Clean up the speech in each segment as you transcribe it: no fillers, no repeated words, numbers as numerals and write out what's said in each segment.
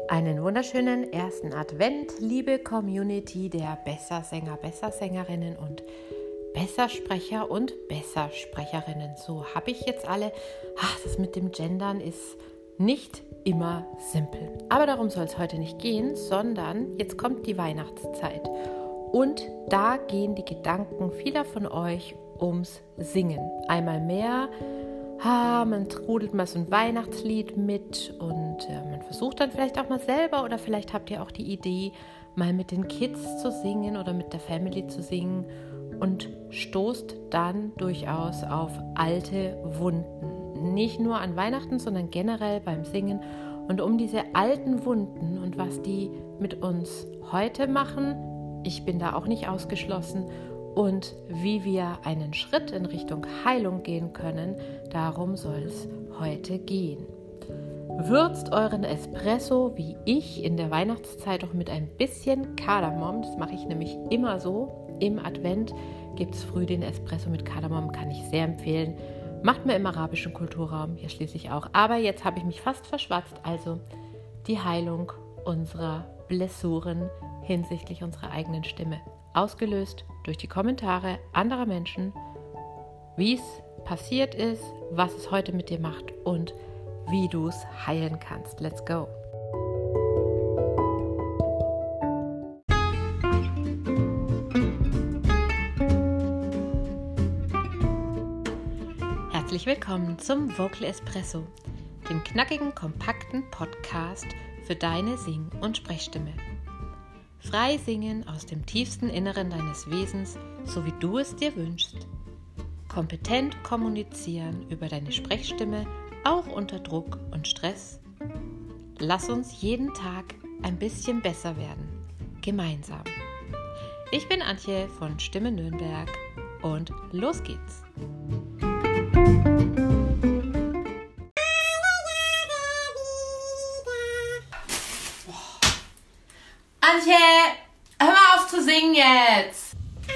Einen wunderschönen ersten Advent, liebe Community der Bessersänger, Bessersängerinnen und Bessersprecher und Bessersprecherinnen. So habe ich jetzt alle. Das mit dem Gendern ist nicht immer simpel. Aber darum soll es heute nicht gehen, sondern jetzt kommt die Weihnachtszeit. Und da gehen die Gedanken vieler von euch ums Singen. Einmal mehr, man trudelt mal so ein Weihnachtslied mit und man versucht dann vielleicht auch mal selber oder vielleicht habt ihr auch die Idee, mal mit den Kids zu singen oder mit der Family zu singen und stoßt dann durchaus auf alte Wunden. Nicht nur an Weihnachten, sondern generell beim Singen. Und um diese alten Wunden und was die mit uns heute machen, ich bin da auch nicht ausgeschlossen, und wie wir einen Schritt in Richtung Heilung gehen können, darum soll es heute gehen. Würzt euren Espresso wie ich in der Weihnachtszeit auch mit ein bisschen Kardamom. Das mache ich nämlich immer so. Im Advent gibt es früh den Espresso mit Kardamom, kann ich sehr empfehlen. Macht man im arabischen Kulturraum, hier schließlich auch. Aber jetzt habe ich mich fast verschwatzt, also die Heilung unserer Blessuren hinsichtlich unserer eigenen Stimme. Ausgelöst durch die Kommentare anderer Menschen, wie es passiert ist, was es heute mit dir macht und wie du es heilen kannst. Let's go! Herzlich willkommen zum Vocal Espresso, dem knackigen, kompakten Podcast für deine Sing- und Sprechstimme. Frei singen aus dem tiefsten Inneren deines Wesens, so wie du es dir wünschst. Kompetent kommunizieren über deine Sprechstimme, auch unter Druck und Stress. Lass uns jeden Tag ein bisschen besser werden. Gemeinsam. Ich bin Antje von Stimme Nürnberg und los geht's. Antje, hör mal auf zu singen jetzt!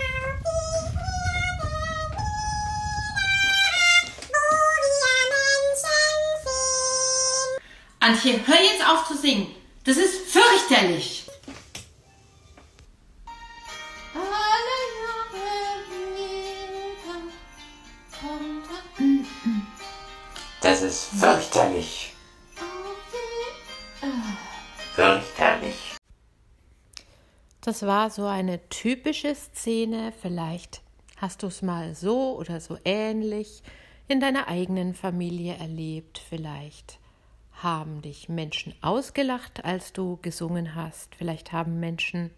Antje, hör jetzt auf zu singen! Das ist fürchterlich! Das ist fürchterlich! Fürchterlich! Das war so eine typische Szene, vielleicht hast du es mal so oder so ähnlich in deiner eigenen Familie erlebt, vielleicht haben dich Menschen ausgelacht, als du gesungen hast, vielleicht haben Menschen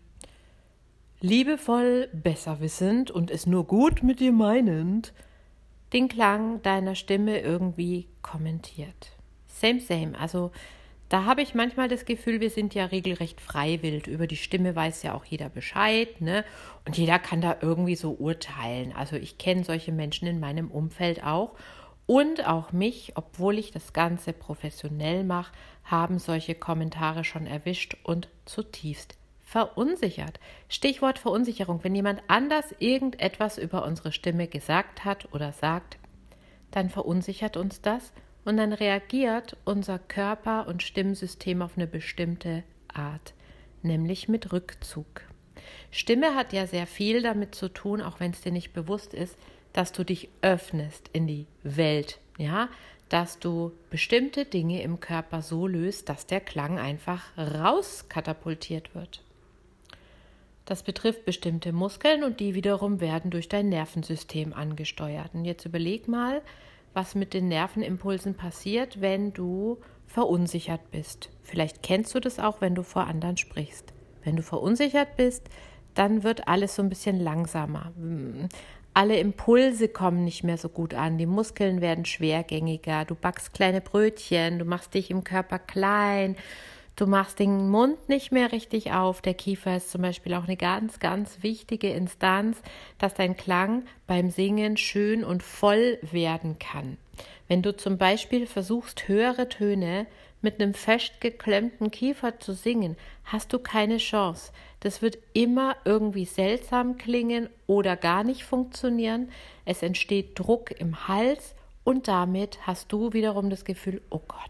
liebevoll, besserwissend und es nur gut mit dir meinend den Klang deiner Stimme irgendwie kommentiert. Same, also da habe ich manchmal das Gefühl, wir sind ja regelrecht freiwillig. Über die Stimme weiß ja auch jeder Bescheid, ne? Und jeder kann da irgendwie so urteilen. Also ich kenne solche Menschen in meinem Umfeld auch. Und auch mich, obwohl ich das Ganze professionell mache, haben solche Kommentare schon erwischt und zutiefst verunsichert. Stichwort Verunsicherung. Wenn jemand anders irgendetwas über unsere Stimme gesagt hat oder sagt, dann verunsichert uns das. Und dann reagiert unser Körper- und Stimmsystem auf eine bestimmte Art, nämlich mit Rückzug. Stimme hat ja sehr viel damit zu tun, auch wenn es dir nicht bewusst ist, dass du dich öffnest in die Welt, ja, dass du bestimmte Dinge im Körper so löst, dass der Klang einfach rauskatapultiert wird. Das betrifft bestimmte Muskeln und die wiederum werden durch dein Nervensystem angesteuert. Und jetzt überleg mal, was mit den Nervenimpulsen passiert, wenn du verunsichert bist. Vielleicht kennst du das auch, wenn du vor anderen sprichst. Wenn du verunsichert bist, dann wird alles so ein bisschen langsamer. Alle Impulse kommen nicht mehr so gut an, die Muskeln werden schwergängiger, du backst kleine Brötchen, du machst dich im Körper klein, du machst den Mund nicht mehr richtig auf. Der Kiefer ist zum Beispiel auch eine ganz, ganz wichtige Instanz, dass dein Klang beim Singen schön und voll werden kann. Wenn du zum Beispiel versuchst, höhere Töne mit einem festgeklemmten Kiefer zu singen, hast du keine Chance. Das wird immer irgendwie seltsam klingen oder gar nicht funktionieren. Es entsteht Druck im Hals und damit hast du wiederum das Gefühl, oh Gott,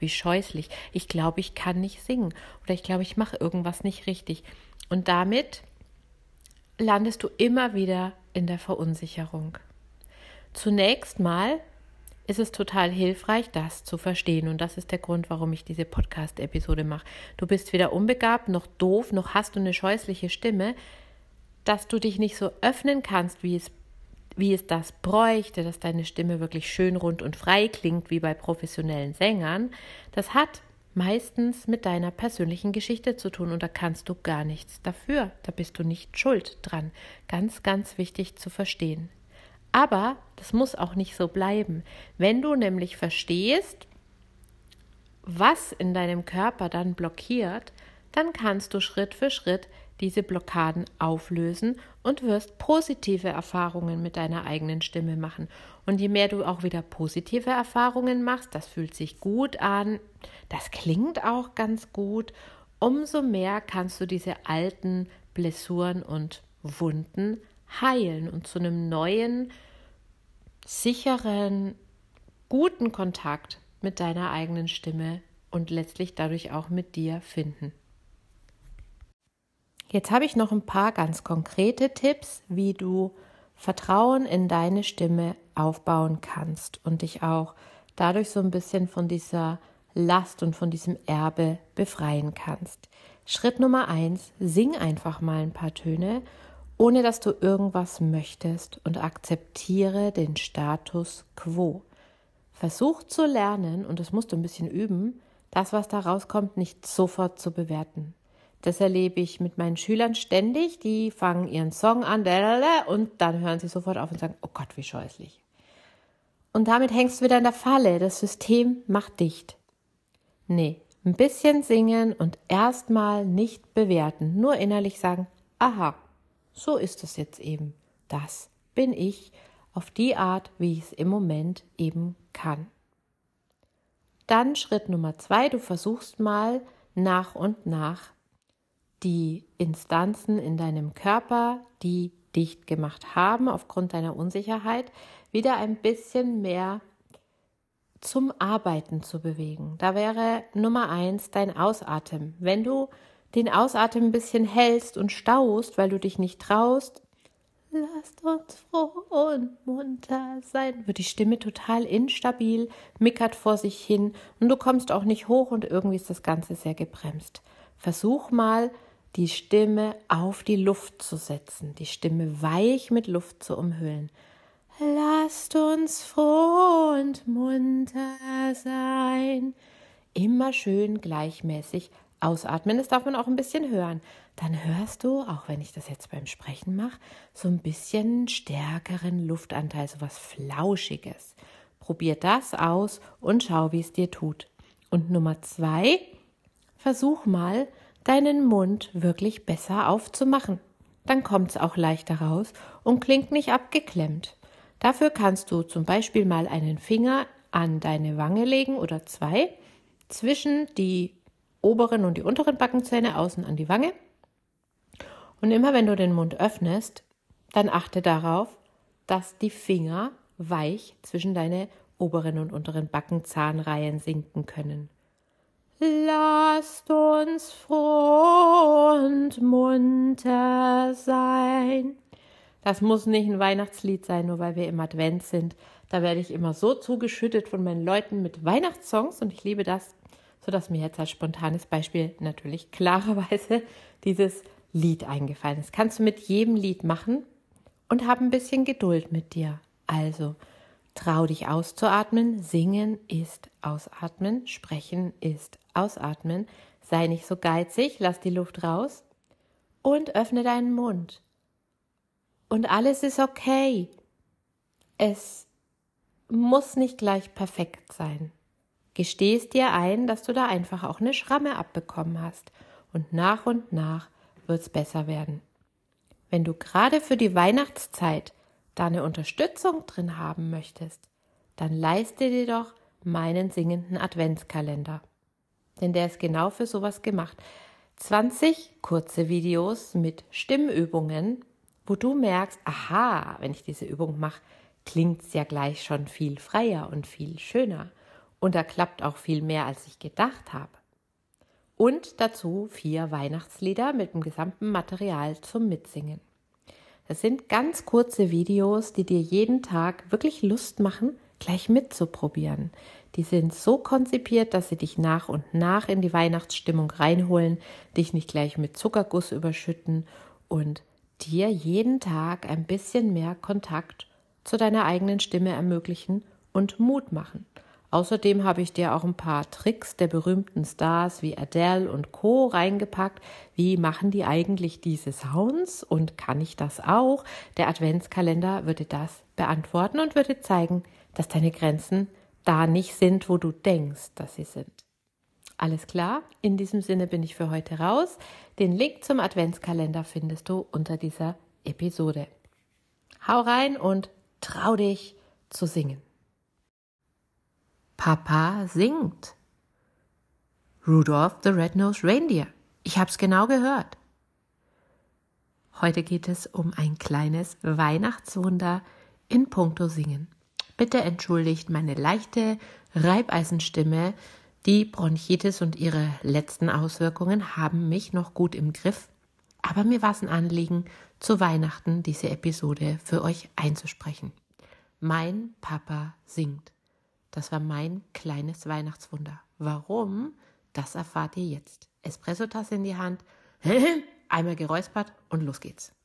wie scheußlich. Ich glaube, ich kann nicht singen oder ich glaube, ich mache irgendwas nicht richtig. Und damit landest du immer wieder in der Verunsicherung. Zunächst mal ist es total hilfreich, das zu verstehen. Und das ist der Grund, warum ich diese Podcast-Episode mache. Du bist weder unbegabt, noch doof, noch hast du eine scheußliche Stimme, dass du dich nicht so öffnen kannst, wie es das bräuchte, dass deine Stimme wirklich schön rund und frei klingt, wie bei professionellen Sängern. Das hat meistens mit deiner persönlichen Geschichte zu tun und da kannst du gar nichts dafür. Da bist du nicht schuld dran. Ganz, ganz wichtig zu verstehen. Aber das muss auch nicht so bleiben. Wenn du nämlich verstehst, was in deinem Körper dann blockiert, dann kannst du Schritt für Schritt diese Blockaden auflösen und wirst positive Erfahrungen mit deiner eigenen Stimme machen. Und je mehr du auch wieder positive Erfahrungen machst, das fühlt sich gut an, das klingt auch ganz gut, umso mehr kannst du diese alten Blessuren und Wunden heilen und zu einem neuen, sicheren, guten Kontakt mit deiner eigenen Stimme und letztlich dadurch auch mit dir finden. Jetzt habe ich noch ein paar ganz konkrete Tipps, wie du Vertrauen in deine Stimme aufbauen kannst und dich auch dadurch so ein bisschen von dieser Last und von diesem Erbe befreien kannst. Schritt Nummer 1, sing einfach mal ein paar Töne, ohne dass du irgendwas möchtest und akzeptiere den Status quo. Versuch zu lernen, und das musst du ein bisschen üben, das, was da rauskommt, nicht sofort zu bewerten. Das erlebe ich mit meinen Schülern ständig, die fangen ihren Song an und dann hören sie sofort auf und sagen, oh Gott, wie scheußlich. Und damit hängst du wieder in der Falle, das System macht dicht. Nee, ein bisschen singen und erstmal nicht bewerten, nur innerlich sagen, aha, so ist es jetzt eben. Das bin ich auf die Art, wie ich es im Moment eben kann. Dann Schritt Nummer 2, du versuchst mal nach und nach die Instanzen in deinem Körper, die dicht gemacht haben aufgrund deiner Unsicherheit, wieder ein bisschen mehr zum Arbeiten zu bewegen. Da wäre Nummer 1 dein Ausatmen. Wenn du den Ausatmen ein bisschen hältst und staust, weil du dich nicht traust, lasst uns froh und munter sein, wird die Stimme total instabil, mickert vor sich hin und du kommst auch nicht hoch und irgendwie ist das Ganze sehr gebremst. Versuch mal, die Stimme auf die Luft zu setzen, die Stimme weich mit Luft zu umhüllen. Lasst uns froh und munter sein. Immer schön gleichmäßig ausatmen, das darf man auch ein bisschen hören. Dann hörst du, auch wenn ich das jetzt beim Sprechen mache, so ein bisschen stärkeren Luftanteil, so was Flauschiges. Probier das aus und schau, wie es dir tut. Und Nummer 2, versuch mal, deinen Mund wirklich besser aufzumachen. Dann kommt es auch leichter raus und klingt nicht abgeklemmt. Dafür kannst du zum Beispiel mal einen Finger an deine Wange legen oder 2, zwischen die oberen und die unteren Backenzähne außen an die Wange. Und immer wenn du den Mund öffnest, dann achte darauf, dass die Finger weich zwischen deine oberen und unteren Backenzahnreihen sinken können. Lasst uns froh und munter sein. Das muss nicht ein Weihnachtslied sein, nur weil wir im Advent sind. Da werde ich immer so zugeschüttet von meinen Leuten mit Weihnachtssongs und ich liebe das, sodass mir jetzt als spontanes Beispiel natürlich klarerweise dieses Lied eingefallen ist. Kannst du mit jedem Lied machen und hab ein bisschen Geduld mit dir. Also, trau dich auszuatmen, singen ist ausatmen, sprechen ist ausatmen, sei nicht so geizig, lass die Luft raus und öffne deinen Mund. Und alles ist okay. Es muss nicht gleich perfekt sein. Gesteh es dir ein, dass du da einfach auch eine Schramme abbekommen hast und nach wird es besser werden. Wenn du gerade für die Weihnachtszeit da eine Unterstützung drin haben möchtest, dann leiste dir doch meinen singenden Adventskalender. Denn der ist genau für sowas gemacht. 20 kurze Videos mit Stimmübungen, wo du merkst, aha, wenn ich diese Übung mache, klingt es ja gleich schon viel freier und viel schöner. Und da klappt auch viel mehr, als ich gedacht habe. Und dazu 4 Weihnachtslieder mit dem gesamten Material zum Mitsingen. Das sind ganz kurze Videos, die dir jeden Tag wirklich Lust machen, gleich mitzuprobieren. Die sind so konzipiert, dass sie dich nach und nach in die Weihnachtsstimmung reinholen, dich nicht gleich mit Zuckerguss überschütten und dir jeden Tag ein bisschen mehr Kontakt zu deiner eigenen Stimme ermöglichen und Mut machen. Außerdem habe ich dir auch ein paar Tricks der berühmten Stars wie Adele und Co. reingepackt. Wie machen die eigentlich diese Sounds und kann ich das auch? Der Adventskalender würde das beantworten und würde zeigen, dass deine Grenzen da nicht sind, wo du denkst, dass sie sind. Alles klar? In diesem Sinne bin ich für heute raus. Den Link zum Adventskalender findest du unter dieser Episode. Hau rein und trau dich zu singen. Papa singt. Rudolph the Red-Nosed Reindeer. Ich hab's genau gehört. Heute geht es um ein kleines Weihnachtswunder in puncto Singen. Bitte entschuldigt meine leichte Reibeisenstimme. Die Bronchitis und ihre letzten Auswirkungen haben mich noch gut im Griff. Aber mir war es ein Anliegen, zu Weihnachten diese Episode für euch einzusprechen. Mein Papa singt. Das war mein kleines Weihnachtswunder. Warum? Das erfahrt ihr jetzt. Espressotasse in die Hand, einmal geräuspert und los geht's.